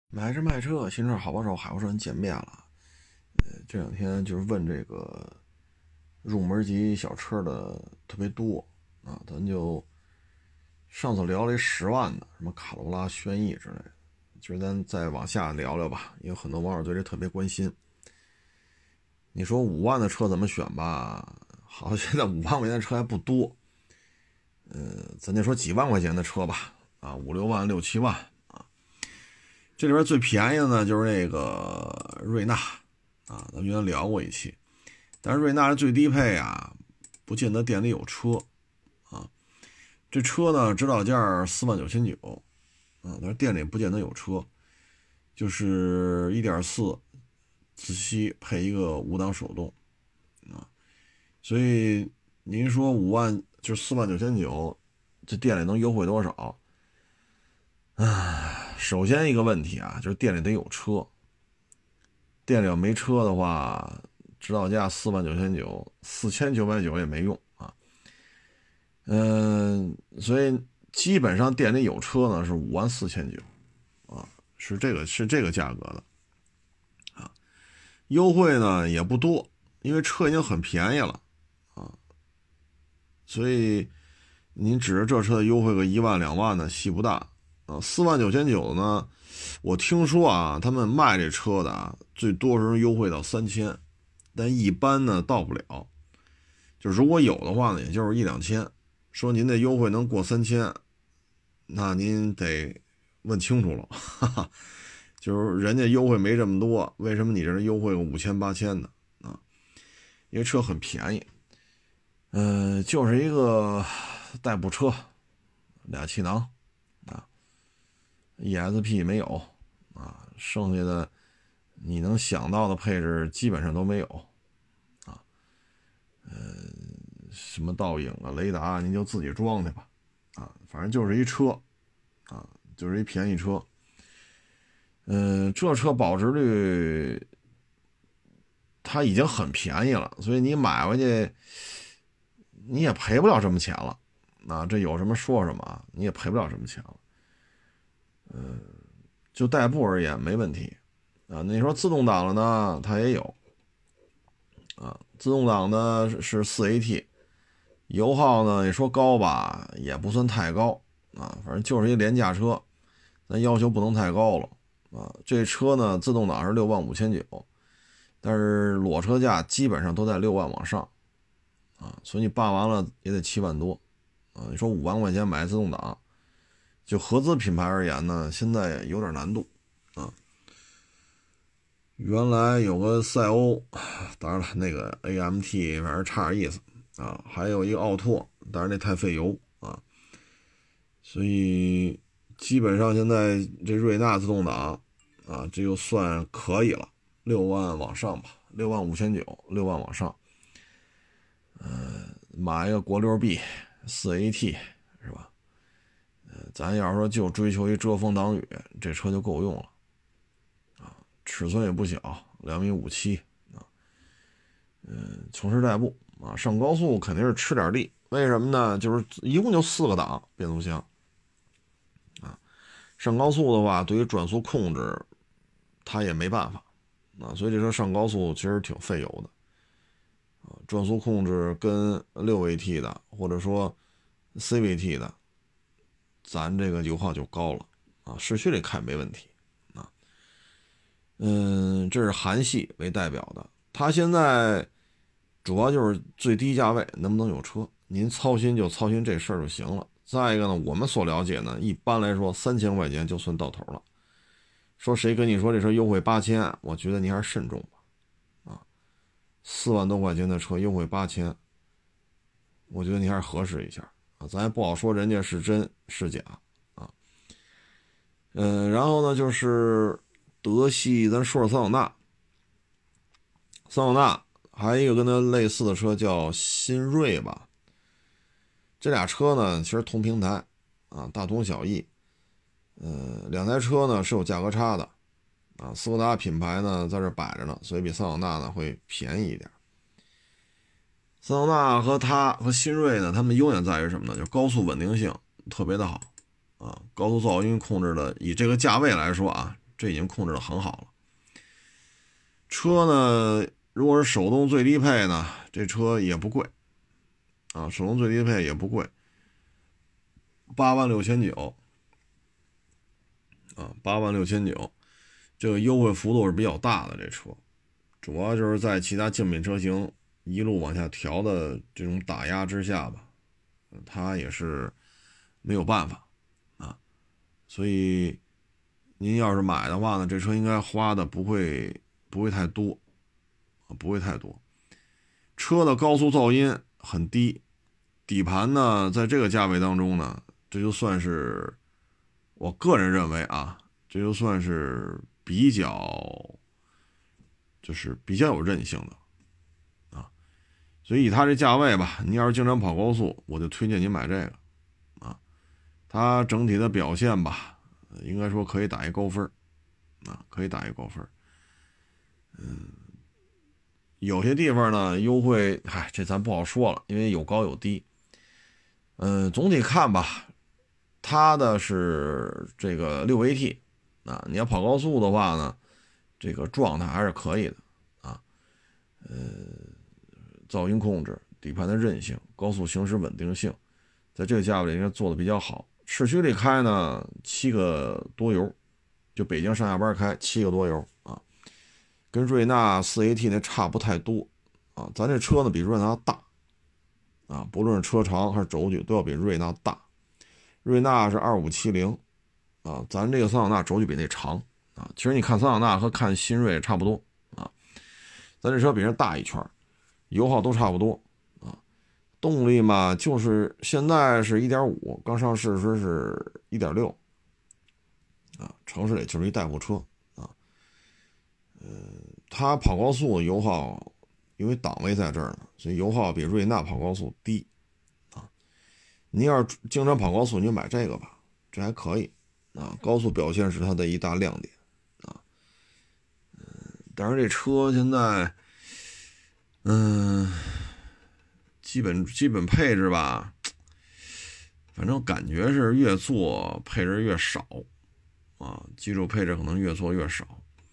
买车卖车，新车好帮手，海沃车人见面了。这两天就是问这个入门级小车的特别多啊，咱就上次聊了一10万的，什么卡罗拉、轩逸之类的，今儿咱再往下聊聊吧，因为很多网友对这特别关心。你说5万的车怎么选吧？好，现在5万块钱的车还不多，咱就说几万块钱的车吧，啊，5、6万、6、7万。这里边最便宜的呢，就是那个瑞纳，啊，咱们原来聊过一期，但是瑞纳的最低配啊，不见得店里有车啊。这车呢，指导价49900，啊，但是店里不见得有车，就是1.4自吸配一个5档手动啊，所以您说5万就是49900，这店里能优惠多少？首先一个问题啊，就是店里得有车。店里要没车的话，指导价49900，4990也没用啊。所以基本上店里有车呢是54900啊，是这个价格的啊。优惠呢也不多，因为车已经很便宜了啊，所以您指着这车的优惠个1万2万的戏不大啊。49900呢，我听说啊，他们卖这车的啊，最多时候优惠到3000，但一般呢到不了。就如果有的话呢，也就是1、2千。说您的优惠能过3000，那您得问清楚了，哈哈。就是人家优惠没这么多，为什么你这优惠个5000、8000的啊？因为车很便宜，就是一个代步车，2气囊啊，ESP 没有啊，剩下的你能想到的配置基本上都没有啊，什么倒影啊、雷达啊，您就自己装去吧，啊，反正就是一车啊，就是一便宜车。这车保值率它已经很便宜了，所以你买回去你也赔不了这么钱了。啊，这有什么说什么啊，你也赔不了这么钱了。就代步而言没问题啊。你说自动挡了呢，它也有啊。自动挡呢是4AT，油耗呢你说高吧，也不算太高啊，反正就是一廉价车，咱要求不能太高了啊。这车呢自动挡是65900，但是裸车价基本上都在6万往上啊，所以你办完了也得7万多啊。你说5万块钱买自动挡，就合资品牌而言呢，现在有点难度啊。原来有个赛欧，当然了，那个 AMT 反正差点意思啊，还有一个奥拓，但是那太费油啊，所以基本上现在这瑞纳自动挡啊，这就算可以了，6万往上吧，65900，6万往上。买一个国六 B 4AT 是吧？咱要是说就追求一遮风挡雨，这车就够用了啊，尺寸也不小，2.57米啊。从事代步啊，上高速肯定是吃点力，为什么呢？就是一共就4个档变速箱啊，上高速的话，对于转速控制它也没办法啊，所以这车上高速其实挺费油的啊，转速控制跟6AT 的或者说 CVT 的，咱这个油耗就高了啊，市区里开没问题啊。这是韩系为代表的，它现在主要就是最低价位能不能有车，您操心就操心这事儿就行了。再一个呢，我们所了解呢，一般来说3000块钱就算到头了。说谁跟你说这车优惠8000，我觉得你还是慎重吧。啊，4万多块钱的车优惠8000，我觉得你还是核实一下啊，咱也不好说人家是真是假啊。然后呢，就是德系，咱说说桑塔纳，桑塔纳还有一个跟它类似的车叫新锐吧。这俩车呢，其实同平台啊，大同小异。两台车呢是有价格差的啊。斯柯达品牌呢在这摆着呢，所以比桑塔纳呢会便宜一点。桑塔纳和它和新锐呢，它们优点在于什么呢？就是高速稳定性特别的好啊，高速噪音控制的，以这个价位来说啊， 这已经控制得很好了。车呢，如果是手动最低配呢，这车也不贵啊，手动最低配也不贵，86900啊，86900，这个优惠幅度是比较大的。这车主要就是在其他竞品车型一路往下调的这种打压之下吧，它也是没有办法啊。所以您要是买的话呢，这车应该花的不会太多啊，不会太多。车的高速噪音很低，底盘呢，在这个价位当中呢，这就算是我个人认为啊，这就算是比较有韧性的啊。所以以它这价位吧，你要是经常跑高速，我就推荐你买这个啊。它整体的表现吧，应该说可以打一高分啊，可以打一高分。有些地方呢优惠，这咱不好说了，因为有高有低。总体看吧，它的是这个6AT 啊，你要跑高速的话呢，这个状态还是可以的啊。噪音控制、底盘的韧性、高速行驶稳定性，在这个价位里应该做的比较好。市区里开呢，7个多油，就北京上下班开7个多油啊。跟瑞纳 4AT 那差不太多啊，咱这车呢比瑞纳大啊，不论是车长还是轴距都要比瑞纳大。瑞纳是2570啊，咱这个桑塔纳轴距比那长啊。其实你看桑塔纳和看新锐差不多啊，咱这车比人大一圈，油耗都差不多啊。动力嘛，就是现在是 1.5， 刚上市时是 1.6啊，城市里就是一代步车啊。它跑高速油耗，因为档位在这儿呢，所以油耗比瑞纳跑高速低啊。你要是经常跑高速，你就买这个吧，这还可以啊。高速表现是它的一大亮点啊。但是这车现在，基本配置吧，反正感觉是越做配置越少啊，基础配置可能越做越少。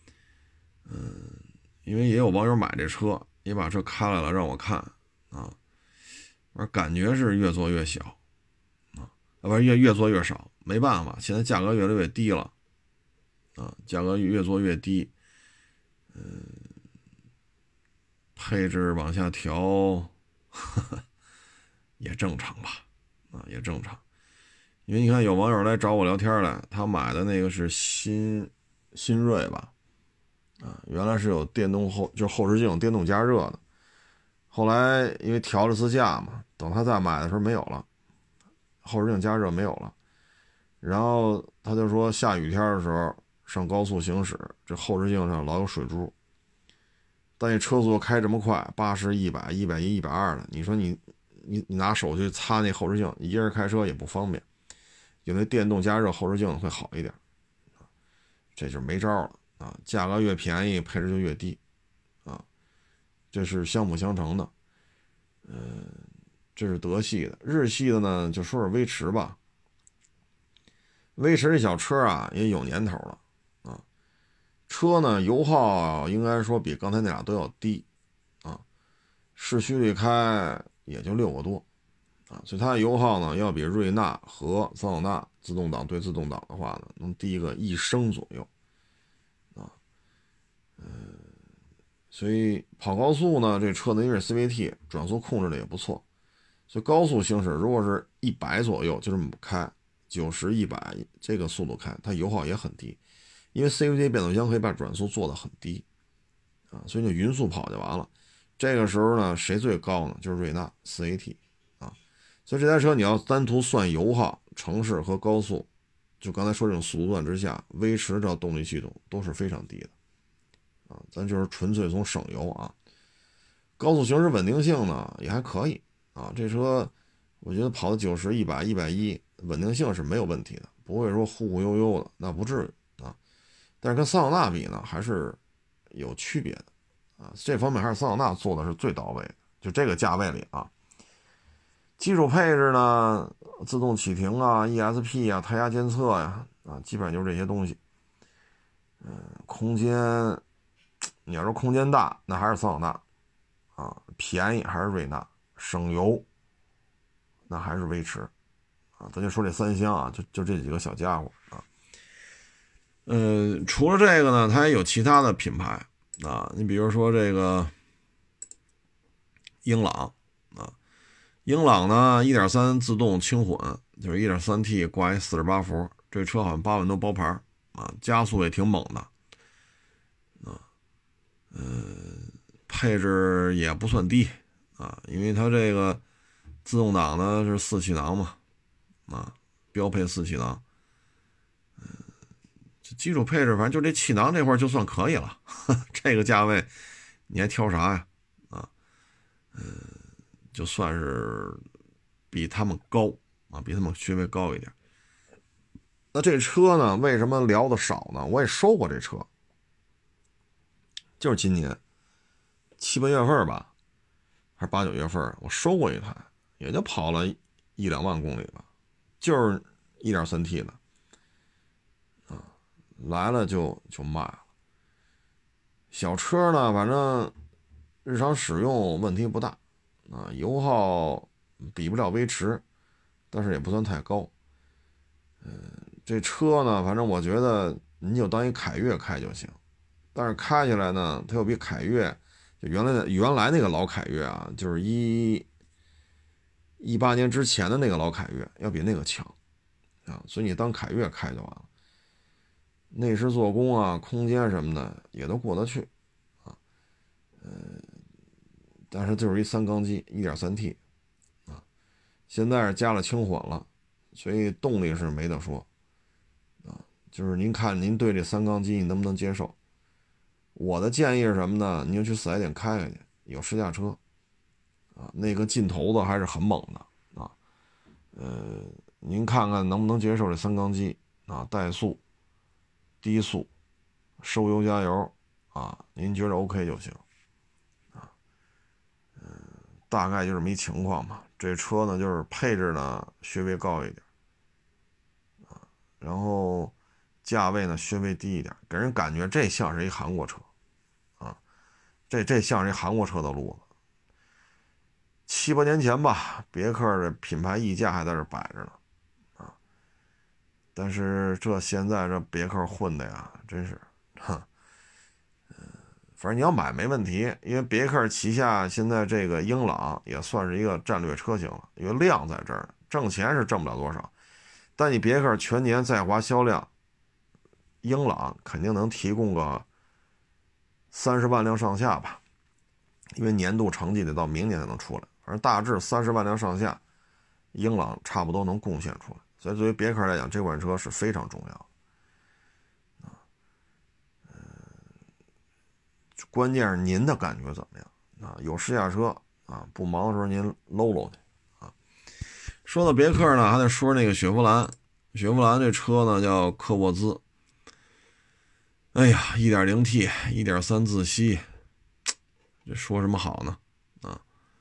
因为也有网友买这车，也把车开来了让我看啊，我感觉是越做越小啊，不是越做越少，没办法，现在价格越来越低了啊，价格越做越低，配置往下调，也正常吧，啊，也正常，因为你看有网友来找我聊天来，他买的那个是新锐吧。啊，原来是有电动就是后视镜电动加热的，后来因为调了次价嘛，等他再买的时候没有了，后视镜加热没有了，然后他就说下雨天的时候上高速行驶，这后视镜上老有水珠，但你车速开这么快，80、100、110、120的，你说你拿手去擦那后视镜，一个人开车也不方便，有那电动加热后视镜会好一点，这就没招了。啊，价格越便宜，配置就越低，啊，这是相辅相成的。这是德系的，日系的呢，就说说威驰吧。威驰这小车啊，也有年头了，啊，车呢油耗应该说比刚才那俩都要低，啊，市区里开也就6个多，啊，所以它的油耗呢要比瑞纳和桑塔纳自动挡对自动挡的话呢，能低个1升左右。所以跑高速呢，这车呢因为是 CVT， 转速控制的也不错，所以高速行驶如果是100左右就这么开，90、100这个速度开，它油耗也很低，因为 CVT 变速箱可以把转速做得很低啊，所以就匀速跑就完了。这个时候呢，谁最高呢？就是瑞纳 4AT 啊，所以这台车你要单独算油耗，城市和高速，就刚才说这种速度段之下，威驰这动力系统都是非常低的。咱就是纯粹从省油啊，高速行驶稳定性呢也还可以啊。这车我觉得跑到90、100、110，稳定性是没有问题的，不会说忽忽悠悠的，那不至于啊。但是跟桑塔纳比呢，还是有区别的啊。这方面还是桑塔纳做的是最到位的，就这个价位里啊。基础配置呢，自动启停啊、ESP 啊、胎压监测呀，啊，基本上就是这些东西。 空间，你要说空间大，那还是桑塔纳啊，便宜还是瑞纳，省油那还是威驰啊。咱就说这三厢啊，就这几个小家伙啊。除了这个呢，它也有其他的品牌啊，你比如说这个英朗啊，英朗呢 1.3 自动轻混，就是 1.3T 挂一48伏，这车好像8万多包牌啊，加速也挺猛的啊，配置也不算低啊，因为它这个自动挡呢是4气囊嘛，啊，标配4气囊，基础配置反正就这气囊这块就算可以了，这个价位你还挑啥呀？啊，就算是比他们高啊，比他们稍微高一点。那这车呢，为什么聊的少呢？我也收过这车，就是今年7、8月份吧，还是8、9月份，我收过一台，也就跑了1、2万公里吧，就是 1.3T 的，来了就卖了。小车呢，反正日常使用问题不大啊，油耗比不了威驰，但是也不算太高。这车呢，反正我觉得你就当一凯越开就行，但是开起来呢，它又比凯越就原来那个老凯越啊，就是18年之前的那个老凯越要比那个强啊，所以你当凯越开就完了。内饰做工啊，空间什么的也都过得去啊，但是就是一3缸机 1.3T 啊，现在是加了轻混了，所以动力是没得说啊，就是您看您对这3缸机你能不能接受？我的建议是什么呢？你就去4S店开开去，有试驾车啊，那个劲头子还是很猛的啊，您看看能不能接受这3缸机啊，怠速、低速、收油加油啊，您觉得 OK 就行啊，大概就这么一情况吧。这车呢，就是配置呢稍微高一点啊，然后价位呢稍微低一点，给人感觉这像是一韩国车啊，这像是一韩国车的路子。7、8年前吧，别克的品牌溢价还在这摆着呢啊，但是这现在这别克混的呀，真是，反正你要买没问题，因为别克旗下现在这个英朗也算是一个战略车型了，因为量在这儿，挣钱是挣不了多少，但你别克全年在华销量，英朗肯定能提供个30万辆上下吧，因为年度成绩得到明年才能出来，反正大致30万辆上下，英朗差不多能贡献出来，所以作为别克来讲，这款车是非常重要的。关键是您的感觉怎么样啊？有试驾车啊，不忙的时候您搂搂去啊。说到别克呢，还得说那个雪佛兰。雪佛兰这车呢叫科沃兹，哎呀 1.0T 1.3自吸，这说什么好呢啊？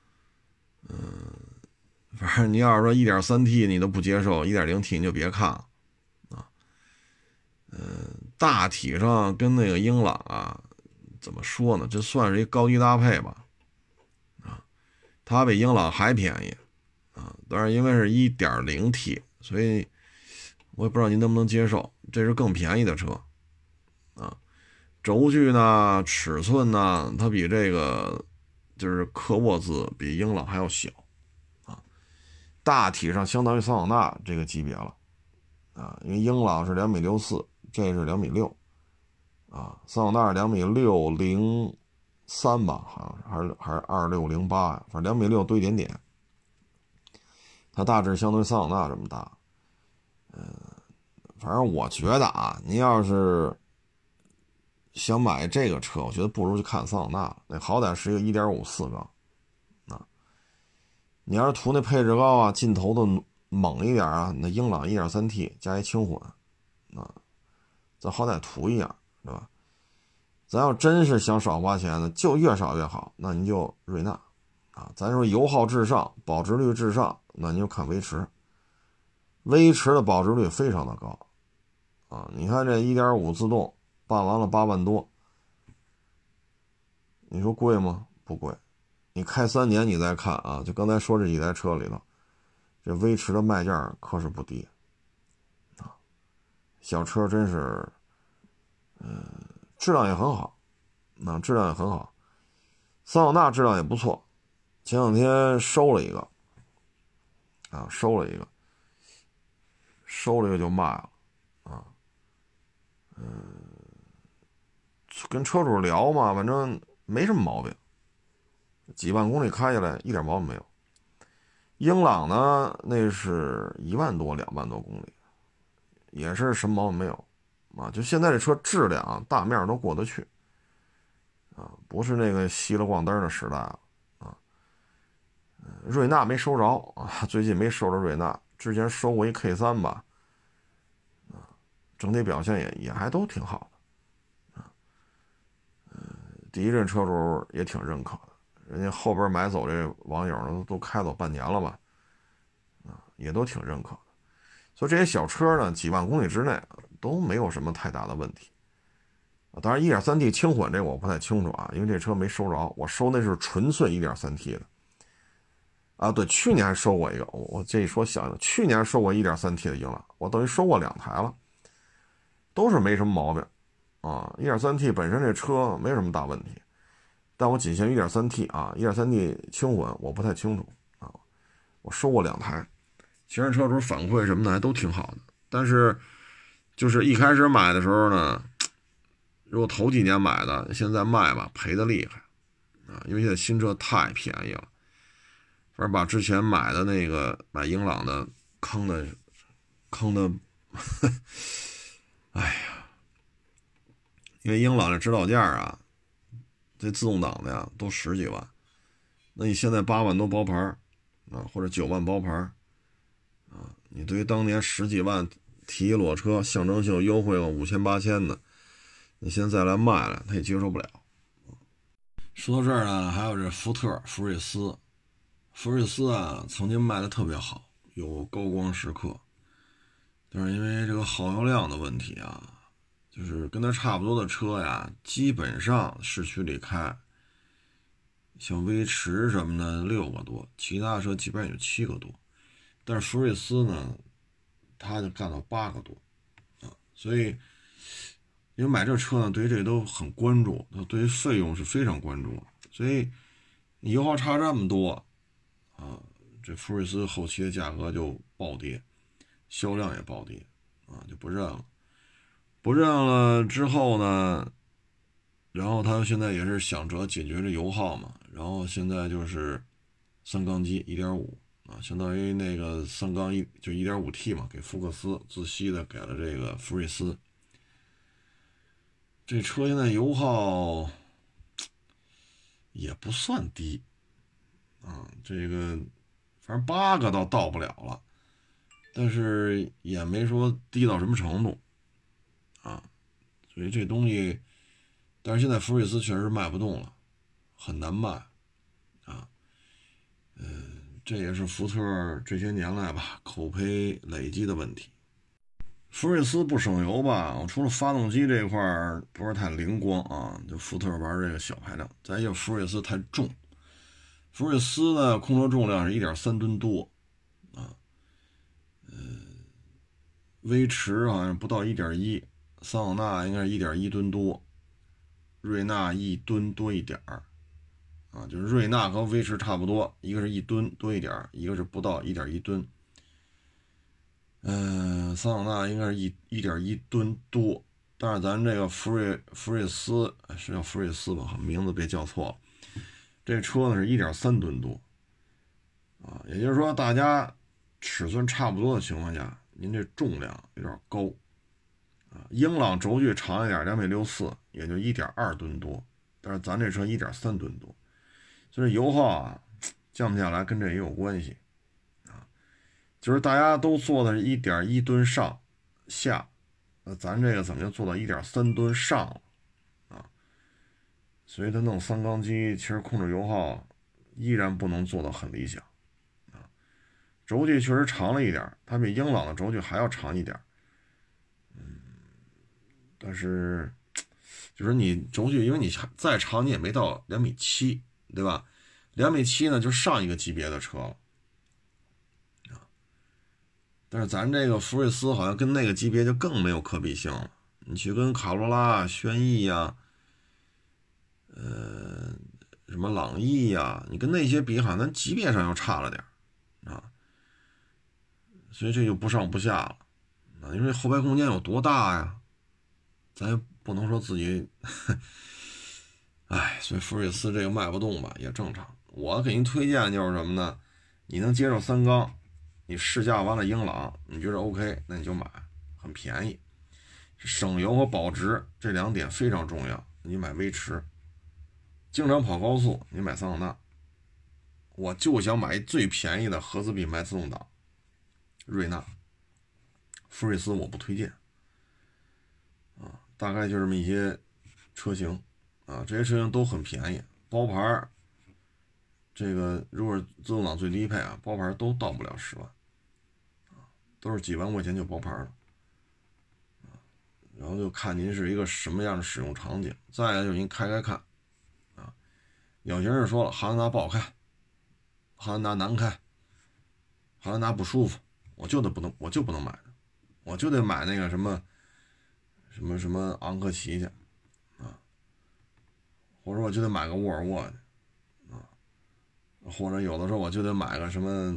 反正你要是说 1.3T 你都不接受， 1.0T 你就别看了啊。大体上跟那个英朗啊怎么说呢，这算是一高低搭配吧啊，它比英朗还便宜啊，当然因为是 1.0T， 所以我也不知道您能不能接受，这是更便宜的车啊，轴距呢尺寸呢它比这个就是科沃兹比英朗还要小啊，大体上相当于桑塔纳这个级别了啊，因为英朗是2.64米，这是2.6米啊，桑塔纳是2.603米吧，好像还是2608呀，反正2.6米多一点点。它大致相当于桑塔纳这么大。反正我觉得啊，您要是想买这个车，我觉得不如去看桑塔纳，那好歹是一个1.5 4缸啊。你要是图那配置高啊，劲头子猛一点啊，那英朗 1.3T 加一轻混啊，咱好歹图一样，对吧？咱要真是想少花钱的，就越少越好，那您就瑞纳啊。咱说油耗至上，保值率至上，那您就看威驰。威驰的保值率非常的高啊！你看这 1.5 自动办完了8万多，你说贵吗？不贵。你开3年你再看啊，就刚才说这几台车里头，这威驰的卖价可是不低啊，小车真是，质量也很好，质量也很好，桑塔纳质量也不错，前两天收了一个就卖了啊，跟车主聊嘛，反正没什么毛病，几万公里开下来一点毛病没有。英朗呢，那是1万多2万多公里，也是什么毛病没有啊，就现在这车质量大面都过得去啊，不是那个稀了咣灯的时代了啊。瑞纳没收着啊，最近没收着瑞纳，之前收过一 K3 吧，整体表现也还都挺好的啊。第一任车主也挺认可的，人家后边买走这网友都开走半年了吧，也都挺认可的。所以这些小车呢，几万公里之内都没有什么太大的问题。当然 1.3T 轻混这个我不太清楚啊，因为这车没收着，我收那是纯粹 1.3T 的啊。对，去年还收过一个，我这一说想想，去年收过 1.3T 的英朗，我等于收过2台了，都是没什么毛病啊。1.3T 本身这车没什么大问题，但我仅限 1.3T 啊， 1.3T 轻混我不太清楚啊。我收过2台，其实车主反馈什么的还都挺好的，但是就是一开始买的时候呢，如果头几年买的，现在卖吧赔的厉害啊，因为现在新车太便宜了，反正把之前买的那个买英朗的坑的，哎呀，因为英朗的指导价啊，这自动挡的呀都10几万，那你现在8万多包牌啊，或者9万包牌啊，你对于当年10几万提一裸车，象征性优惠个5000、8000的，你现在再来卖了，他也接受不了。说到这儿呢，还有这福睿斯啊，曾经卖的特别好，有高光时刻，但是因为这个耗油量的问题啊，就是跟它差不多的车呀，基本上市区里开，像威驰什么的6个多，其他车基本上也就7个多，但是福睿斯呢，它就干到8个多啊，所以因为买这车呢，对于这都很关注，对于费用是非常关注的，所以油耗差这么多啊，这福睿斯后期的价格就暴跌，销量也暴跌啊，就不认了。不认了之后呢，然后他现在也是想着解决这油耗嘛，然后现在就是3缸机 1.5 啊，相当于那个3缸就 1.5T 嘛，给福克斯自吸的给了这个福睿斯。这车现在油耗也不算低啊，这个反正8个倒到不了了，但是也没说低到什么程度啊，所以这东西，但是现在福睿斯确实卖不动了，很难卖啊。这也是福特这些年来吧口碑累积的问题。福睿斯不省油吧，我除了发动机这块不是太灵光啊，就福特玩这个小排量，再一个福睿斯太重。福睿斯呢，空车重量是1.3吨多啊，威驰好像不到1.1，桑塔纳应该是1.1吨多，瑞纳1吨多一点儿啊，就是瑞纳和威驰差不多，一个是1吨多一点，一个是不到1.1吨。桑塔纳应该是1.1吨多，但是咱这个福睿斯是叫福睿斯吧？名字别叫错了。这车呢是1.3吨多啊，也就是说大家尺寸差不多的情况下，您这重量有点高啊。英朗轴距长一点，2.64米，也就1.2吨多，但是咱这车1.3吨多，所以油耗啊降不下来，跟这也有关系。就是大家都做的是1.1吨上下，那咱这个怎么就做到1.3吨上了啊？所以它弄3缸机，其实控制油耗依然不能做到很理想啊。轴距确实长了一点，它比英朗的轴距还要长一点，但是就是你轴距，因为你再长你也没到2.7米，对吧？2.7米呢就上一个级别的车了。但是咱这个福睿斯好像跟那个级别就更没有可比性了。你去跟卡罗拉、轩逸呀，什么朗逸呀，你跟那些比，好像咱级别上又差了点啊，所以这就不上不下了啊。你说后排空间有多大呀？咱也不能说自己，哎，所以福睿斯这个卖不动吧，也正常。我给您推荐就是什么呢？你能接受3缸，你试驾完了英朗，你觉得 OK， 那你就买，很便宜，省油和保值这2点非常重要。你买威驰，经常跑高速，你买桑塔纳。我就想买最便宜的合资品牌自动挡，瑞纳。福睿斯我不推荐啊，大概就这么一些车型啊，这些车型都很便宜，包牌这个如果是自动挡最低配啊，包牌都到不了10万啊，都是几万块钱就包牌了啊。然后就看您是一个什么样的使用场景，再来就您开看啊。有些人说了，汉兰达不好开，汉兰达难开，汉兰达不舒服，我就不能买的，我就得买那个什么昂科旗去啊，或者我就得买个沃尔沃去啊，或者有的时候我就得买个什么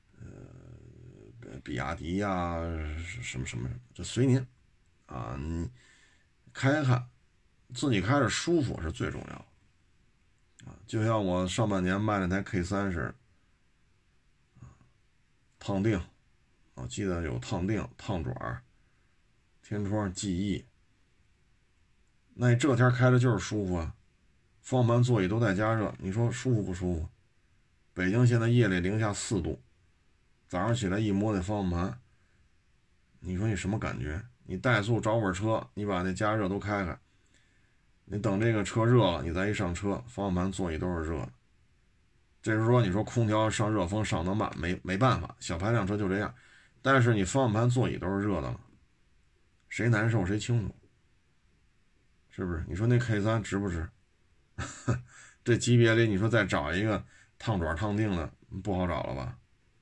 比亚迪呀、什么，就随您啊，你开看，自己开着舒服是最重要的啊。就像我上半年卖那台 K3似的，烫定，我记得有烫定、烫爪、天窗、记忆。那你这天开着就是舒服啊，方向盘座椅都带加热，你说舒服不舒服？北京现在夜里零下4度，早上起来一摸那方向盘，你说你什么感觉？你怠速找会车，你把那加热都开开，你等这个车热了，你再一上车，方向盘座椅都是热的。这时候说你说空调上热风上得慢，没办法，小排量车就这样。但是你方向盘座椅都是热的了，谁难受谁清楚，是不是？你说那 K3 值不值？这级别里你说再找一个烫爪烫定的不好找了吧？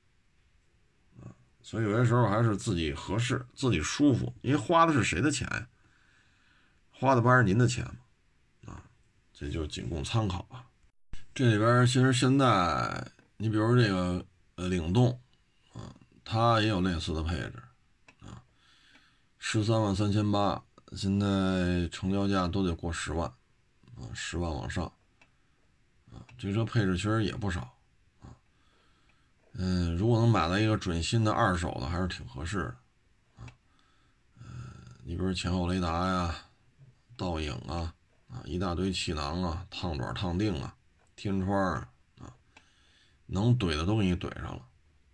所以有些时候还是自己合适，自己舒服，因为花的是谁的钱呀？花的不还是您的钱吗？啊，这就仅供参考吧。这里边其实现在你比如这个领动啊，它也有类似的配置啊，13.38000，现在成交价都得过10万啊，10万往上啊，这车配置确实也不少啊。如果能买到一个准新的2手的，还是挺合适的啊。你比如前后雷达呀、倒影啊、一大堆气囊啊、烫爪烫定啊、天窗啊，能怼的都给你怼上了。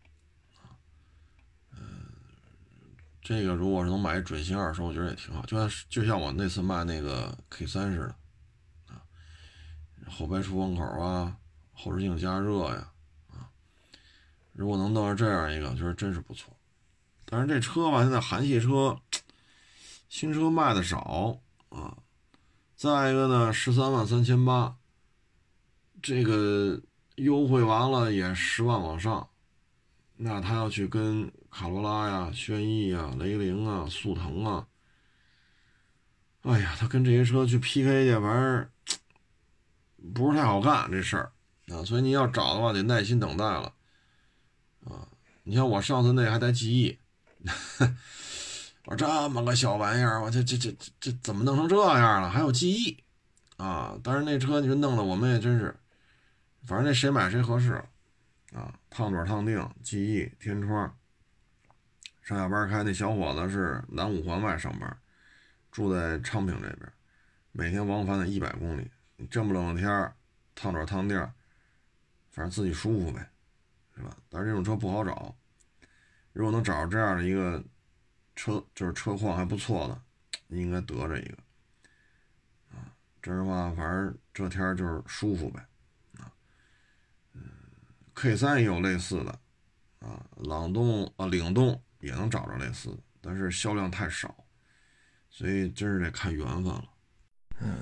这个如果是能买准新2手，我觉得也挺好。就像我那次卖那个 K3似的啊，后排出风口啊，后视镜加热呀啊，如果能弄上这样一个，觉得真是不错。但是这车吧，现在韩系车新车卖的少啊。再一个呢，13.38000，这个优惠完了也10万往上，那他要去跟卡罗拉呀、轩逸啊、雷凌啊、速腾啊，哎呀，他跟这些车去 PK 去，反正不是太好干这事儿啊。所以你要找的话，得耐心等待了啊。你像我上次那还带记忆，我说这么个小玩意儿，我这怎么弄成这样了？还有记忆啊！但是那车你说弄得我们也真是，反正那谁买谁合适啊。烫爪烫定、记忆、天窗。上下班开那小伙子是南五环外上班，住在昌平这边，每天往返的100公里。你这么冷的天烫爪烫定，反正自己舒服呗，是吧？但是这种车不好找，如果能找着这样的一个车，就是车况还不错的，你应该得着一个啊。这样的话，反正这天就是舒服呗啊。K3 也有类似的啊，领动也能找着类似的，但是销量太少，所以真是得看缘分了。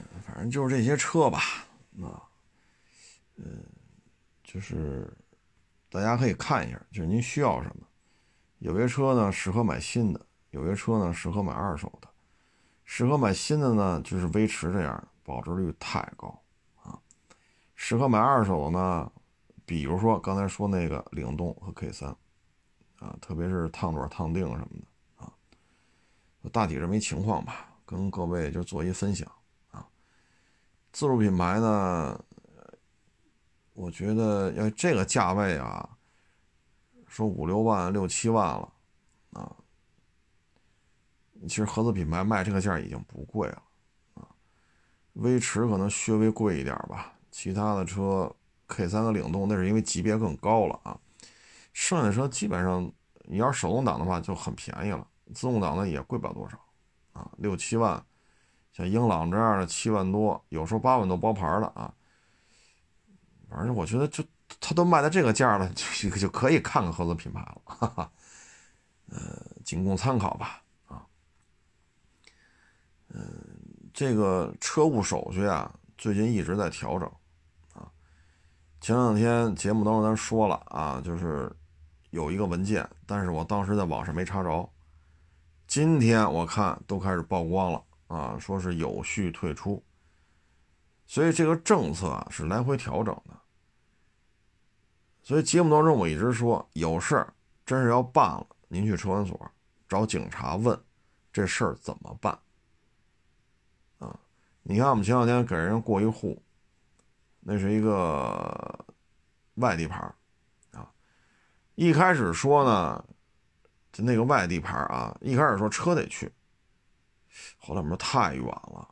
正就是这些车吧，就是大家可以看一下，就是您需要什么。有些车呢适合买新的，有些车呢适合买二手的。适合买新的呢，就是威驰这样的，保值率太高啊。适合买二手的呢，比如说刚才说那个领动和 K3啊，特别是烫爪、烫定什么的啊，大体这么一情况吧，跟各位就做一分享啊。自主品牌呢，我觉得要这个价位啊，说5、6万、6、7万了啊，其实合资品牌卖这个价已经不贵了啊。威驰可能稍微贵一点吧，其他的车 K3 和领动那是因为级别更高了啊。剩下的车基本上你要是手动挡的话就很便宜了，自动挡的也贵不了多少啊，6、7万。像英朗这样的7万多，有时候8万多包牌的啊。反正我觉得他都卖到这个价了，就可以看看合资品牌了，哈哈。仅供参考吧啊。这个车务手续啊，最近一直在调整啊。前两天节目当中咱说了啊，就是有一个文件，但是我当时在网上没查着。今天我看都开始曝光了啊，说是有序退出。所以这个政策啊是来回调整的。所以节目当中我一直说，有事儿真是要办了，您去车管所找警察问这事儿怎么办啊？你看我们前两天给人过一户，那是一个外地牌啊。一开始说呢，就那个外地牌啊，一开始说车得去，后来我们说太远了，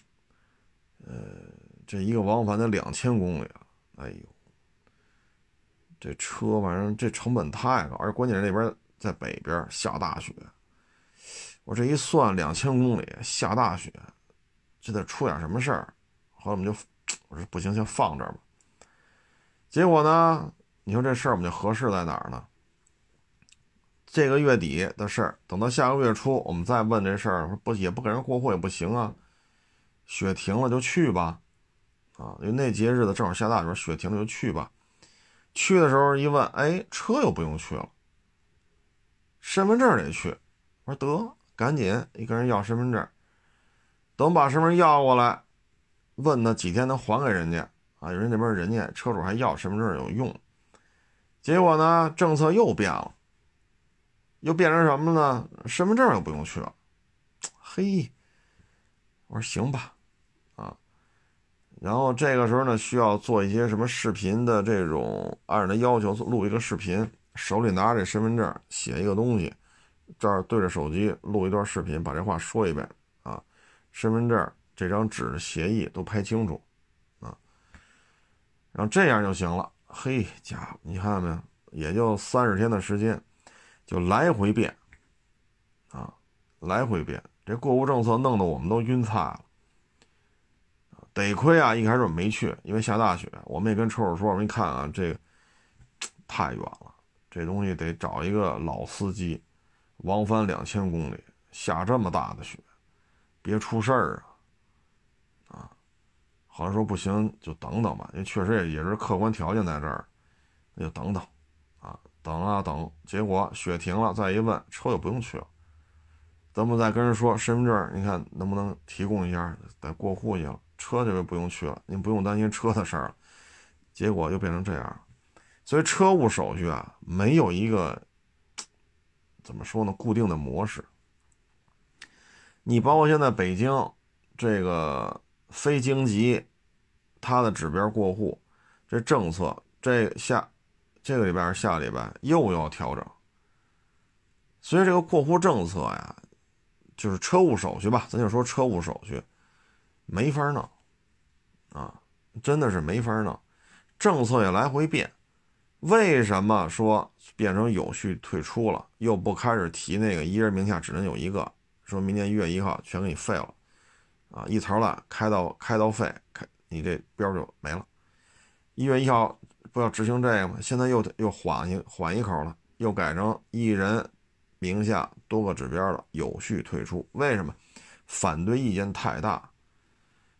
这一个往返得2000公里啊，哎呦，这车反正这成本太高，而且关键是那边在北边下大雪，我这一算2000公里下大雪，这得出点什么事儿。后来我们就我说不行，先放这儿吧。结果呢，你说这事儿我们就合适在哪儿呢？这个月底的事儿，等到下个月初我们再问这事儿，不也不给人过户也不行啊。雪停了就去吧，啊，因为那节日子正好下大雪，雪停了就去吧。去的时候一问，哎，车又不用去了，身份证得去。我说得，赶紧一个人要身份证。等把身份证要过来，问他几天能还给人家啊？人那边人家车主还要身份证有用。结果呢，政策又变了，又变成什么呢？身份证又不用去了。嘿，我说行吧，啊。然后这个时候呢，需要做一些什么视频的这种，按照他要求录一个视频，手里拿着身份证，写一个东西，这儿对着手机录一段视频，把这话说一遍啊，身份证这张纸的协议都拍清楚啊，然后这样就行了。嘿，家伙，你看到没有？也就30天的时间，就来回变啊，来回变。这过户政策弄得我们都晕菜了。得亏啊，一开始我没去，因为下大雪。我们也跟车主说，我们一看啊，这个太远了，这东西得找一个老司机，往返2000公里，下这么大的雪，别出事儿啊！后来说不行，就等等吧，因为确实也是客观条件在这儿，那就等等啊，等啊等。结果雪停了，再一问，车又不用去了。咱们再跟人说身份证，你看能不能提供一下，得过户去了。车这边不用去了，您不用担心车的事儿了。结果又变成这样，所以车务手续啊，没有一个怎么说呢，固定的模式。你包括现在北京这个非京籍，它的指标过户，这政策这个礼拜下个礼拜又要调整。所以这个过户政策呀，就是车务手续吧，咱就说车务手续。没法弄啊，真的是没法弄，政策也来回变。为什么说变成有序退出了，又不开始提那个一人名下只能有一个，说明年1月1号全给你废了啊，一槽烂，开到废，你这标就没了。1月1号不要执行这个吗？现在又缓一口了，又改成一人名下多个指标了，有序退出。为什么？反对意见太大。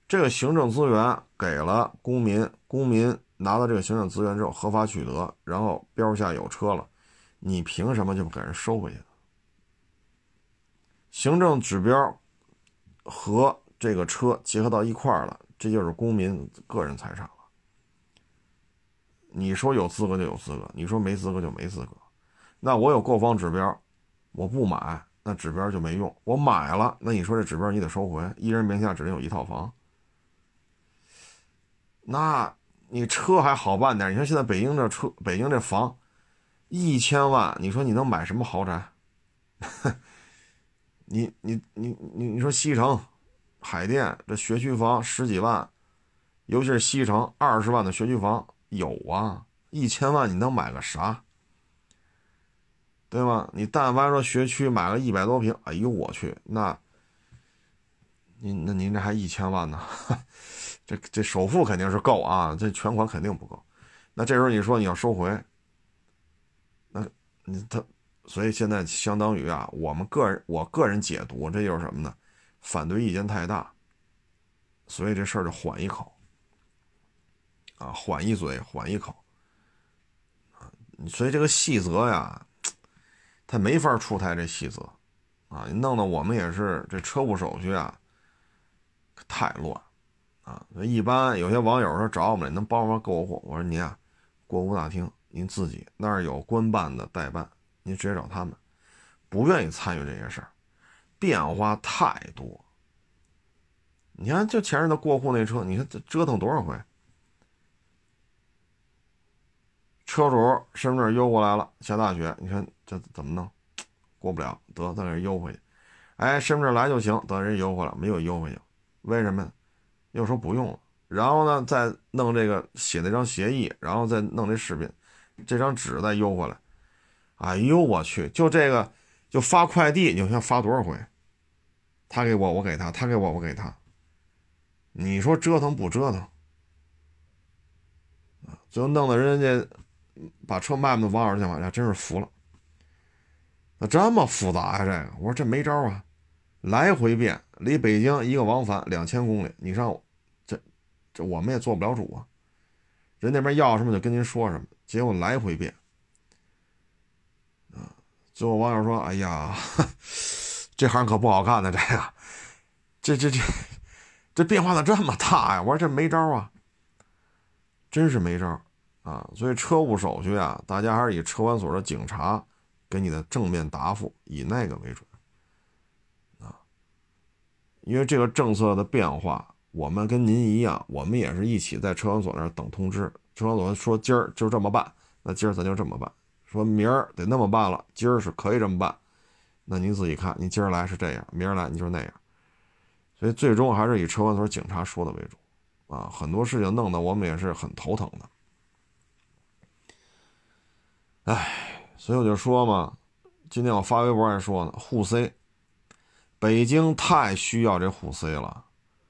这个行政资源给了公民，公民拿到这个行政资源之后合法取得，然后标下有车了，你凭什么就不给人收回去呢？行政指标和这个车结合到一块儿了，这就是公民个人财产了。你说有资格就有资格，你说没资格就没资格。那我有购房指标，我不买，那指标就没用。我买了，那你说这指标你得收回，一人名下只能有一套房。那你车还好办点，你说现在北京这房1000万，你说你能买什么豪宅？你说西城、海淀这学区房10几万，尤其是西城20万的学区房有啊，1000万你能买个啥？对吗？你但凡说学区买个100多平，哎呦我去，那您这还1000万呢？这首付肯定是够啊，这全款肯定不够。那这时候你说你要收回，那所以现在相当于啊，我个人解读，这就是什么呢？反对意见太大，所以这事儿就缓一口啊，缓一嘴，缓一口啊。所以这个细则呀，他没法出台这细则啊，弄得我们也是这车务手续啊太乱啊。一般有些网友说找我们能帮忙过户，我说您啊，过户大厅您自己那儿有官办的代办，您直接找他们，不愿意参与这些事儿，变化太多。你看就前日的过户那车，你看这折腾多少回，车主身份证邮过来了，下大雪，你看这怎么弄？过不了，得再给人邮回去。哎，身份证来就行，得人邮回来，没有邮回去，为什么？又说不用了。然后呢，再弄这个写那张协议，然后再弄这视频，这张纸再邮回来。哎呦我去，就这个就发快递，你看发多少回？他给我，我给他；他给我，我给他。你说折腾不折腾？最后弄得人家把车卖的网友电话呀，真是服了。那这么复杂呀？这个，我说这没招啊，来回变，离北京一个往返2000公里，你上这我们也做不了主啊。人那边要什么就跟您说什么，结果来回变啊。最后网友说：“哎呀，这行可不好干呢，这变化的这么大呀！”我说这没招啊，真是没招啊。所以车务手续啊，大家还是以车管所的警察给你的正面答复，以那个为准啊。因为这个政策的变化，我们跟您一样，我们也是一起在车管所那儿等通知。车管所说今儿就这么办，那今儿咱就这么办；说明儿得那么办了，今儿是可以这么办，那您自己看，您今儿来是这样，明儿来你就是那样。所以最终还是以车管所警察说的为主啊。很多事情弄得我们也是很头疼的。哎，所以我就说嘛，今天我发微博还说呢，沪 C， 北京太需要这沪 C 了。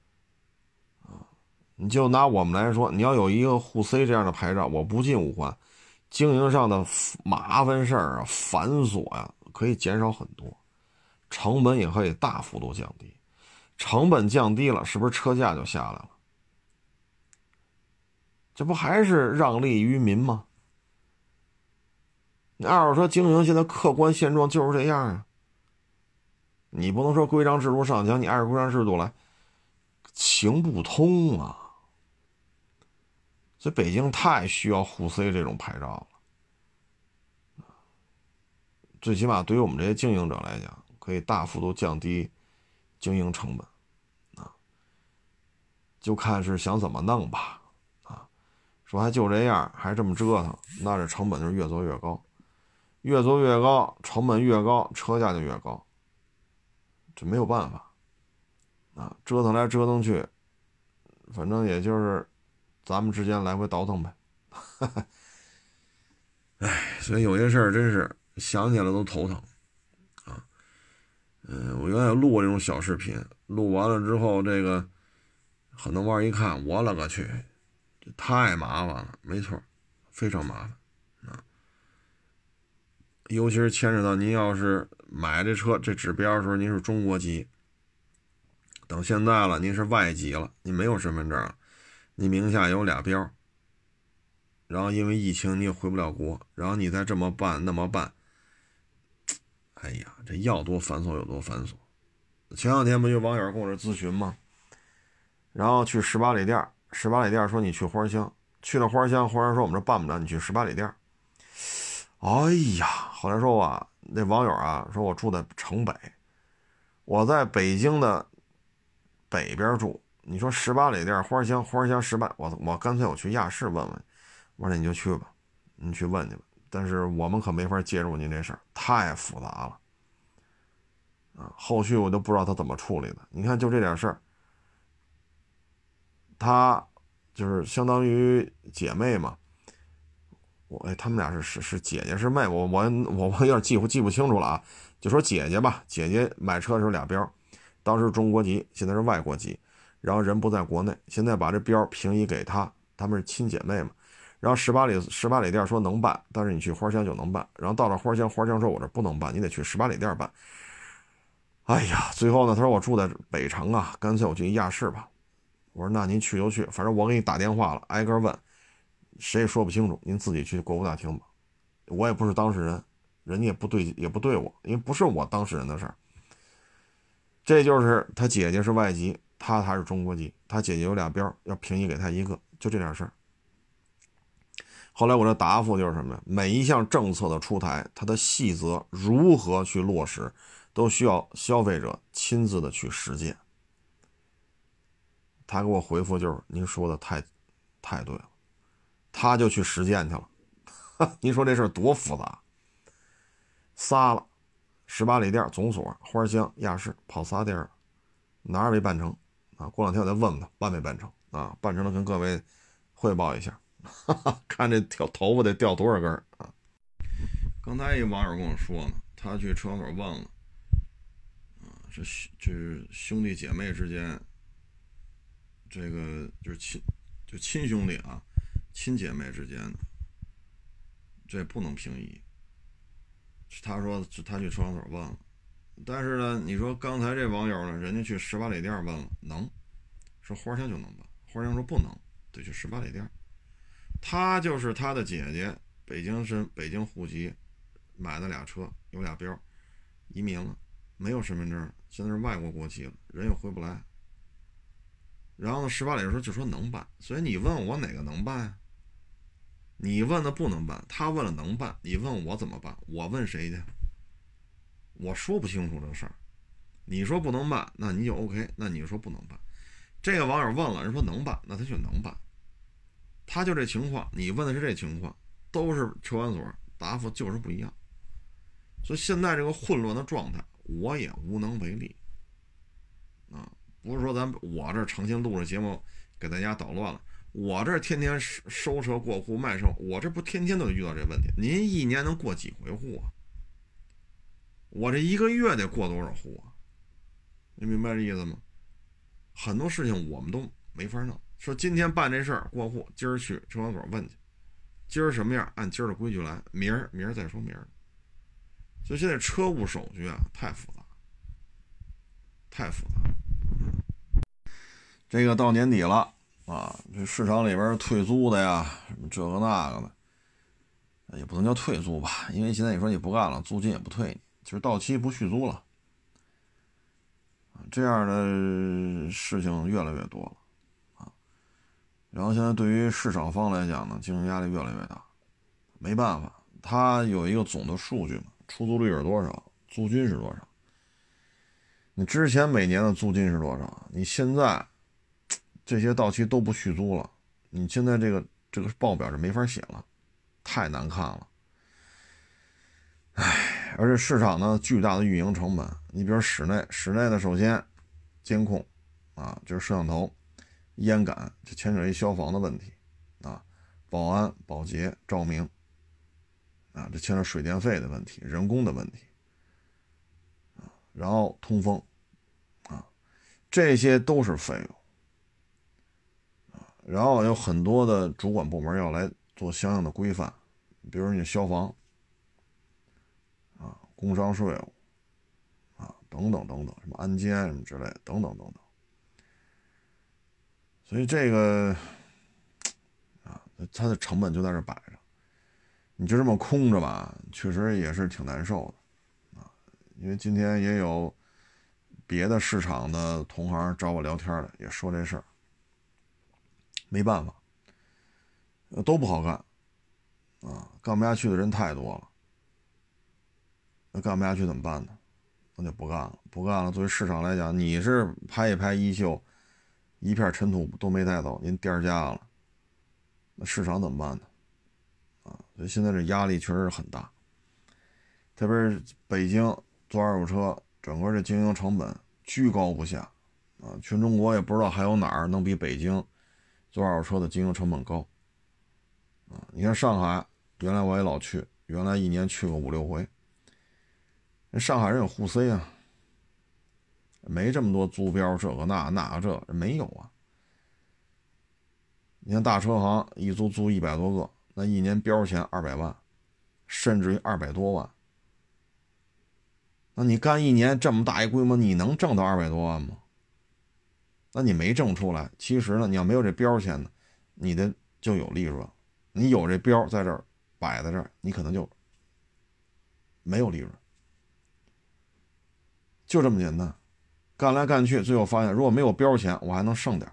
你就拿我们来说，你要有一个沪 C 这样的牌照，我不进5环，经营上的麻烦事儿啊、繁琐呀，可以减少很多，成本也可以大幅度降低。成本降低了，是不是车价就下来了？这不还是让利于民吗？你二手车经营现在客观现状就是这样啊，你不能说规章制度上讲，你按照规章制度来，行不通啊。所以北京太需要沪 C 这种牌照了，最起码对于我们这些经营者来讲，可以大幅度降低经营成本啊。就看是想怎么弄吧啊。说还就这样，还这么折腾，那这成本就越做越高，越做越高，成本越高，车价就越高，这没有办法啊。折腾来折腾去，反正也就是咱们之间来回倒腾呗。哎，所以有些事儿真是想起来都头疼啊。我原来有录过这种小视频，录完了之后，这个很多网友一看，我勒个去，这太麻烦了，没错，非常麻烦啊。尤其是牵扯到您要是买这车这指标的时候，您是中国籍， 等现在了，您是外籍了，你没有身份证了，你名下有俩标，然后因为疫情你也回不了国，然后你再这么办那么办，哎呀，这要多繁琐有多繁琐。前两天不有网友跟我这咨询吗？然后去18里店，18里店说你去花乡，去了花乡，花乡说我们这办不了，你去18里店。哎呀，后来说啊，那网友啊说我住在城北，我在北京的北边住，你说18里店花乡18，我干脆我去亚市问问，我说那你就去吧，你去问去吧，但是我们可没法介入您这事儿，太复杂了啊，后续我都不知道他怎么处理的。你看就这点事儿，他就是相当于姐妹嘛，他们俩是姐姐是妹，我有点记不清楚了啊，就说姐姐吧，姐姐买车的时候俩标，当时中国籍，现在是外国籍，然后人不在国内，现在把这标平移给他们是亲姐妹嘛。然后十八里店说能办，但是你去花乡就能办。然后到了花乡说我这不能办，你得去18里店办。哎呀，最后呢，他说我住在北城啊，干脆我去亚市吧。我说那您去就去，反正我给你打电话了，挨个问，谁也说不清楚，您自己去国务大厅吧。我也不是当事人，人家也不对我，因为不是我当事人的事儿。这就是他姐姐是外籍，他还是中国籍，他姐姐有俩标，要平移给他一个，就这点事儿。后来我的答复就是什么呀？每一项政策的出台，它的细则如何去落实，都需要消费者亲自的去实践。他给我回复就是您说的太对了，他就去实践去了。您说这事儿多复杂，仨了，18里店总所、花乡、亚市跑仨地儿，哪儿没办成啊？过两天我再问问他办没办成啊？办成了跟各位汇报一下。看这头发得掉多少根啊！刚才一网友跟我说呢，他去车管所问了，这兄弟姐妹之间，这个就是亲兄弟啊，亲姐妹之间的，这不能平移。他说他去车管所问了，但是呢，你说刚才这网友呢，人家去18里店问了，能，说花乡就能办，花乡说不能，得去18里店。他就是他的姐姐，北京户籍，买的俩车，有俩标，移民了，没有身份证，现在是外国国籍了，人又回不来。然后呢，18里的时候就说能办，所以你问我哪个能办呀？你问的不能办，他问了能办，你问我怎么办？我问谁去？我说不清楚这个事儿。你说不能办，那你就 OK，那你说不能办。这个网友问了，人说能办，那他就能办。他就这情况，你问的是这情况，都是车管所答复就是不一样，所以现在这个混乱的状态，我也无能为力啊！不是说我这诚心录着节目给大家捣乱了，我这天天收车过户卖车，我这不天天都遇到这问题。您一年能过几回户啊？我这一个月得过多少户啊？你明白这意思吗？很多事情我们都没法弄。说今天办这事儿过户，今儿去车管所问去，今儿什么样按今儿的规矩来，明儿再说明儿。所以现在车务手续啊太复杂。这个到年底了啊，这市场里边退租的呀，什么这个那个的，也不能叫退租吧，因为现在你说你不干了，租金也不退你，就是到期不续租了。这样的事情越来越多了。然后现在对于市场方来讲呢，竞争压力越来越大，没办法，它有一个总的数据嘛，出租率是多少，租金是多少。你之前每年的租金是多少？你现在这些到期都不续租了，你现在这个报表是没法写了，太难看了。而且市场呢巨大的运营成本，你比如室内的首先监控啊，就是摄像头。烟感，这牵扯一消防的问题啊，保安、保洁、照明啊，这牵扯水电费的问题、人工的问题啊，然后通风啊，这些都是费用啊。然后有很多的主管部门要来做相应的规范，比如你消防啊、工商税务啊等等，什么安监什么之类的，等等。 所以这个啊，它的成本就在这摆着，你就这么空着吧，确实也是挺难受的啊。因为今天也有别的市场的同行找我聊天的，也说这事儿，没办法，都不好干啊，干不下去的人太多了，那干不下去怎么办呢？那就不干了，不干了。作为市场来讲，你是拍一拍衣袖，一片尘土都没带走，您颠家了，那市场怎么办呢？啊，所以现在这压力确实是很大，特别是北京做二手车，整个这经营成本居高不下啊，全中国也不知道还有哪儿能比北京做二手车的经营成本高啊。你看上海，原来我也老去，原来一年去个5、6回。人上海人有沪 C 啊，没这么多租标，这个那个这没有啊。你看大车行一租100多个，那一年标钱200万，甚至于200多万。那你干一年这么大一规模，你能挣到200多万吗？那你没挣出来。其实呢，你要没有这标钱呢，你的就有利润。你有这标在这儿摆在这儿，你可能就没有利润。就这么简单，干来干去，最后发现如果没有标钱，我还能剩点，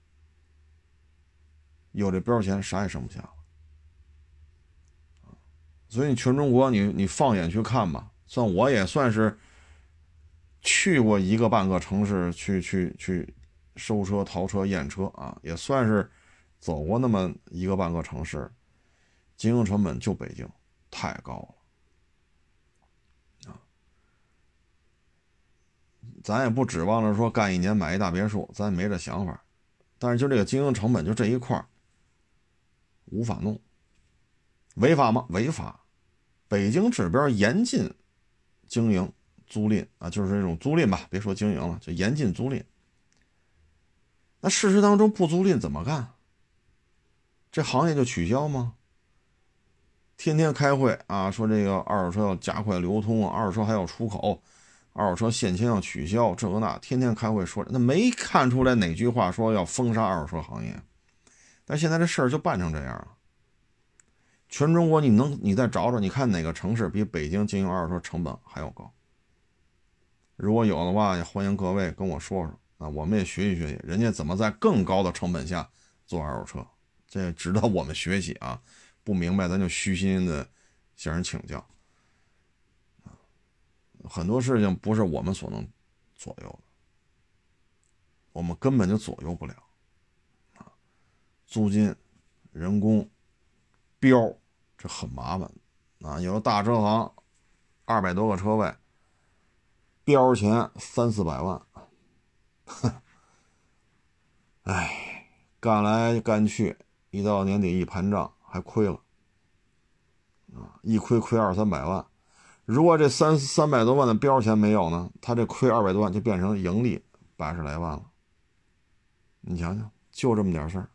有这标钱啥也剩不下了。所以你全中国你放眼去看吧，我也算是去过1个半个城市去收车、淘车、验车啊，也算是走过那么1个半个城市，经营成本就北京太高了。咱也不指望着说干一年买一大别墅，咱也没这想法。但是就这个经营成本就这一块无法弄。违法吗？违法。北京指标严禁经营租赁啊，就是这种租赁吧，别说经营了，就严禁租赁。那事实当中不租赁怎么干？这行业就取消吗？天天开会啊，说这个二手车要加快流通，二手车还要出口，二手车限迁要取消，这个那，天天开会说，那没看出来哪句话说要封杀二手车行业。但现在这事儿就办成这样了。全中国你再找找，你看哪个城市比北京经营二手车成本还要高？如果有的话，也欢迎各位跟我说说啊，我们也学习学习人家怎么在更高的成本下做二手车，这值得我们学习啊！不明白咱就虚心的向人请教。很多事情不是我们所能左右的，我们根本就左右不了啊！租金、人工、标，这很麻烦啊！有的大车行200多个车位，标钱300-400万，哎，干来干去，一到年底一盘账还亏了啊！一亏200-300万。如果这300多万的标钱没有呢，他这亏200多万就变成盈利80来万了。你想想，就这么点事儿，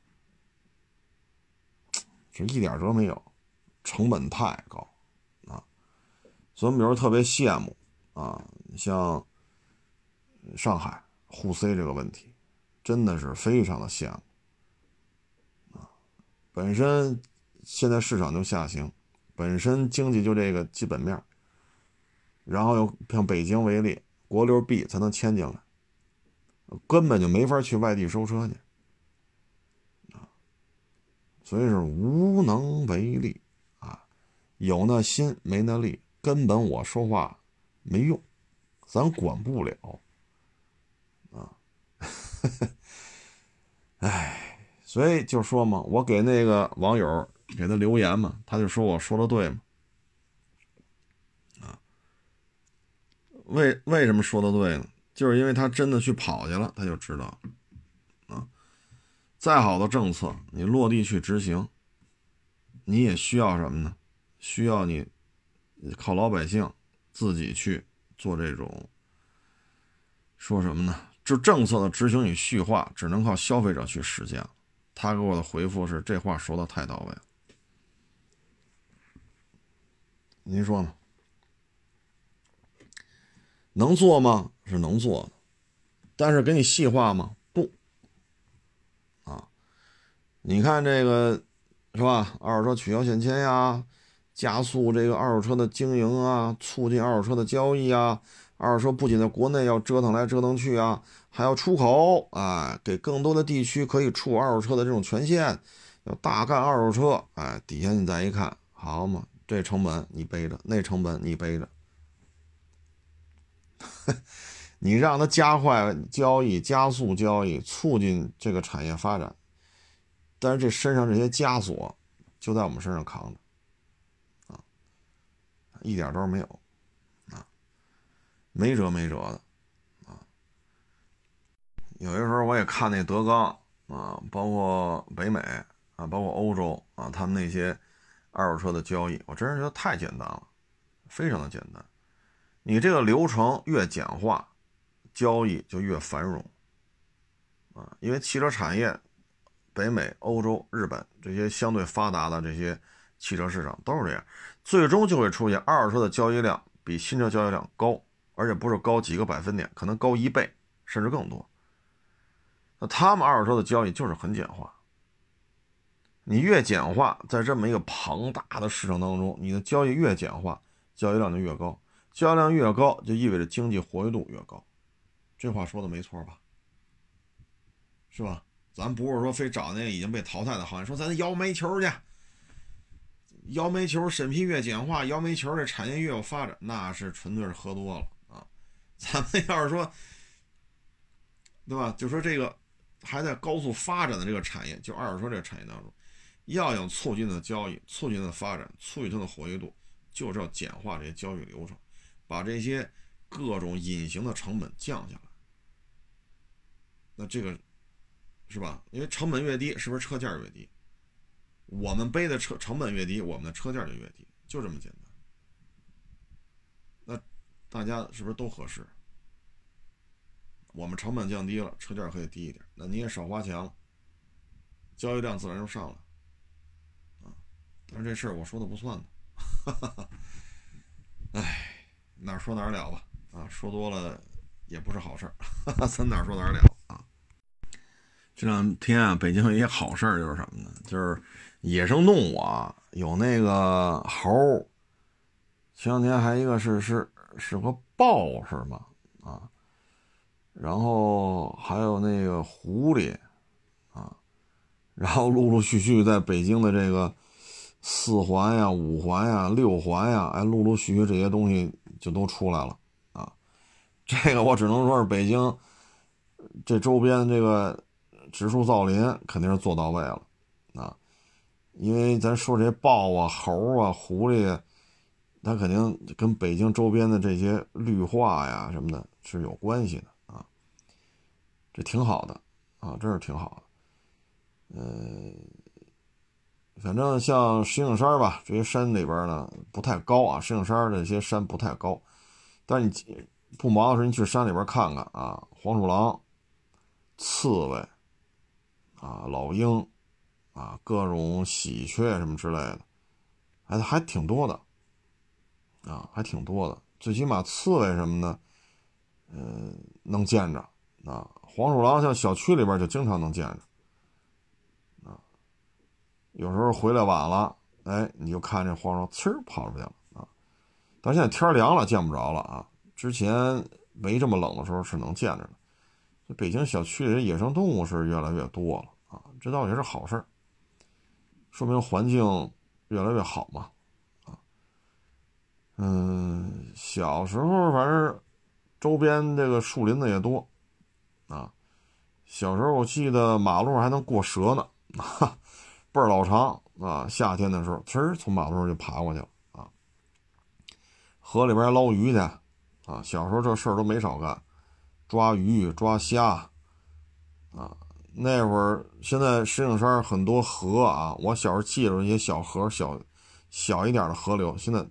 这一点辙没有，成本太高啊！所以我们有时候特别羡慕啊，像上海沪 C 这个问题，真的是非常的羡慕啊！本身现在市场就下行，本身经济就这个基本面，然后又像北京为例，国六 B 才能迁进来，根本就没法去外地收车去啊，所以是无能为力啊，有那心没那力，根本我说话没用，咱管不了啊。哎，所以就说嘛，我给那个网友给他留言嘛，他就说我说的对嘛。为什么说的对呢？就是因为他真的去跑去了，他就知道啊。再好的政策，你落地去执行，你也需要什么呢？需要你靠老百姓自己去做这种，说什么呢？就政策的执行与细化，只能靠消费者去实践。他给我的回复是：这话说的太到位了。您说呢？能做吗？是能做的，但是给你细化吗？不你看这个是吧？二手车取消限迁呀，加速这个二手车的经营啊，促进二手车的交易啊。二手车不仅在国内要折腾来折腾去啊，还要出口啊，给更多的地区可以出二手车的这种权限，要大干二手车。哎，底下你再一看，好嘛，这成本你背着，那成本你背着，你让它加快交易、加速交易，促进这个产业发展。但是这身上这些枷锁就在我们身上扛着啊，一点招没有啊，没辙没辙的啊。有些时候我也看那德纲啊，包括北美啊，包括欧洲啊，他们那些二手车的交易，我真是觉得太简单了，非常的简单。你这个流程越简化，交易就越繁荣啊，因为汽车产业，北美、欧洲、日本这些相对发达的这些汽车市场都是这样，最终就会出现二手车的交易量比新车交易量高，而且不是高几个百分点，可能高1倍甚至更多。那他们二手车的交易就是很简化，你越简化，在这么一个庞大的市场当中，你的交易越简化，交易量就越高，交易量越高就意味着经济活跃度越高。这话说的没错吧？是吧？咱不是说非找那个已经被淘汰的行业，说咱摇煤球去，摇煤球审批越简化，摇煤球这产业越有发展，那是纯粹是喝多了啊！咱们要是说，对吧？就说这个还在高速发展的这个产业，就二手车这个产业当中，要有促进的交易、促进的发展、促进它的活跃度，就是要简化这些交易流程，把这些各种隐形的成本降下来。那这个是吧？因为成本越低，是不是车价越低？我们背的成本越低，我们的车价就越低，就这么简单。那大家是不是都合适？我们成本降低了，车价可以低一点，那你也少花钱了，交易量自然就上来啊。但是这事儿我说的不算的，哎，哪说哪了吧啊，说多了也不是好事儿，咱哪说哪了啊。这两天啊，北京有一些好事儿，就是什么呢？就是野生动物啊，有那个猴，前两天还一个是个豹是吗？啊，然后还有那个狐狸啊，然后陆陆续续在北京的这个4环呀、5环呀、6环呀，哎，陆陆续续这些东西就都出来了啊。这个我只能说是北京这周边这个植树造林肯定是做到位了啊，因为咱说这些豹啊、猴啊、狐狸，它肯定跟北京周边的这些绿化呀什么的是有关系的啊，这挺好的啊，这是挺好的。反正像石景山吧，这些山里边呢不太高啊，石景山这些山不太高，但是你不忙的时候，你去山里边看看啊，黄鼠狼、刺猬啊、老鹰啊，各种喜鹊什么之类的，还挺多的啊，还挺多的。最起码刺猬什么的，能见着啊。黄鼠狼像小区里边就经常能见着啊。有时候回来晚了，哎，你就看这黄鼠狼呲跑出去了啊。但现在天凉了，见不着了啊。之前没这么冷的时候是能见着的。北京小区里的野生动物是越来越多了啊，这倒也是好事，说明环境越来越好嘛。小时候反正周边这个树林子也多啊。小时候我记得马路上还能过蛇呢，倍儿老长啊！夏天的时候，呲从马路上就爬过去了啊。河里边捞鱼去啊，小时候这事儿都没少干，抓鱼、抓虾啊。那会儿现在石景山很多河啊，我小时候记着一些小河、小一点的河流，现在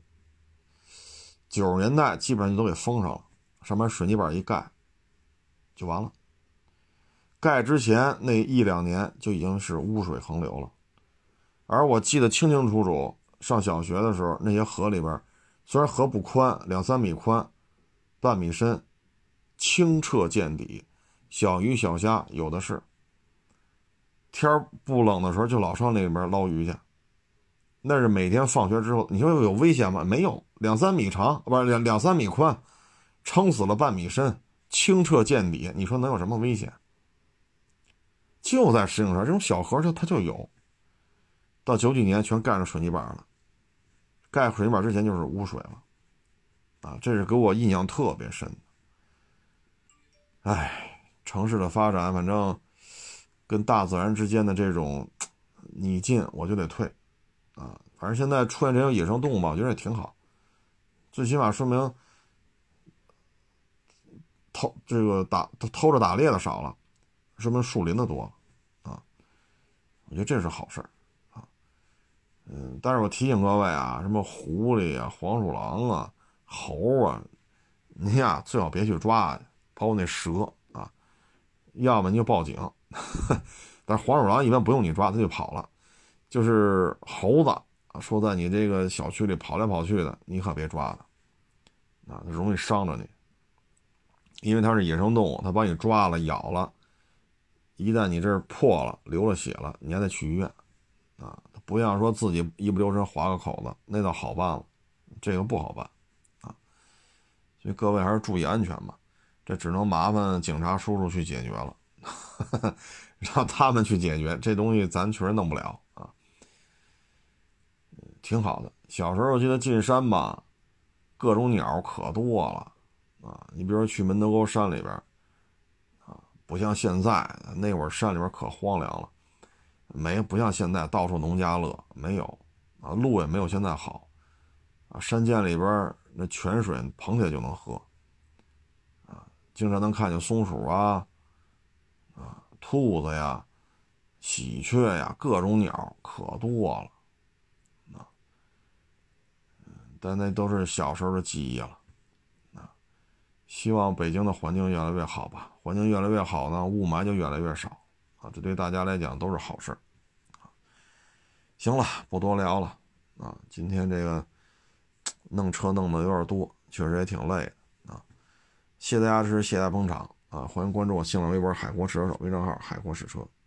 90年代基本上就都给封上了，上面水泥板一盖就完了。盖之前那1-2年就已经是污水横流了，而我记得清清楚楚，上小学的时候，那些河里边虽然河不宽，2-3米宽，半米深，清澈见底，小鱼小虾有的是， 天不冷的时候就老上那边捞鱼去。那是每天放学之后，你说有危险吗？没有，2-3米长，不是2-3米宽，撑死了半米深，清澈见底，你说能有什么危险？就在石景山这种小河它就有，到90几年全盖上水泥板了，盖水泥板之前就是污水了，啊，这是给我印象特别深的。哎，城市的发展，反正跟大自然之间的这种你进我就得退，啊，反正现在出现这种野生动物吧，我觉得也挺好，最起码说明偷着打猎的少了，说明树林的多了啊，我觉得这是好事啊。但是我提醒各位啊，什么狐狸啊、黄鼠狼啊、猴啊，你呀最好别去抓去，包括那蛇啊，要么你就报警。但是黄鼠狼一般不用你抓，它就跑了。就是猴子啊，说在你这个小区里跑来跑去的，你可别抓它啊，它容易伤着你。因为它是野生动物，它把你抓了、咬了，一旦你这儿破了、流了血了，你还得去医院啊。不像说自己一不留神划个口子，那倒好办了，这个不好办啊。所以各位还是注意安全吧，这只能麻烦警察叔叔去解决了，让他们去解决这东西，咱确实弄不了啊。挺好的，小时候我记得进山吧，各种鸟可多了啊。你比如说去门头沟山里边啊，不像现在那会儿山里边可荒凉了，不像现在到处农家乐，没有啊，路也没有现在好啊。山涧里边那泉水捧起来就能喝啊，经常能看见松鼠啊、兔子呀、喜鹊呀，各种鸟可多了。但那都是小时候的记忆了啊！希望北京的环境越来越好吧，环境越来越好呢，雾霾就越来越少啊，这对大家来讲都是好事啊。行了，不多聊了啊，今天这个弄车弄得有点多，确实也挺累的啊。谢谢大家支持，谢谢大家捧场啊！欢迎关注我新浪微博海阔试车手微账号海阔试车。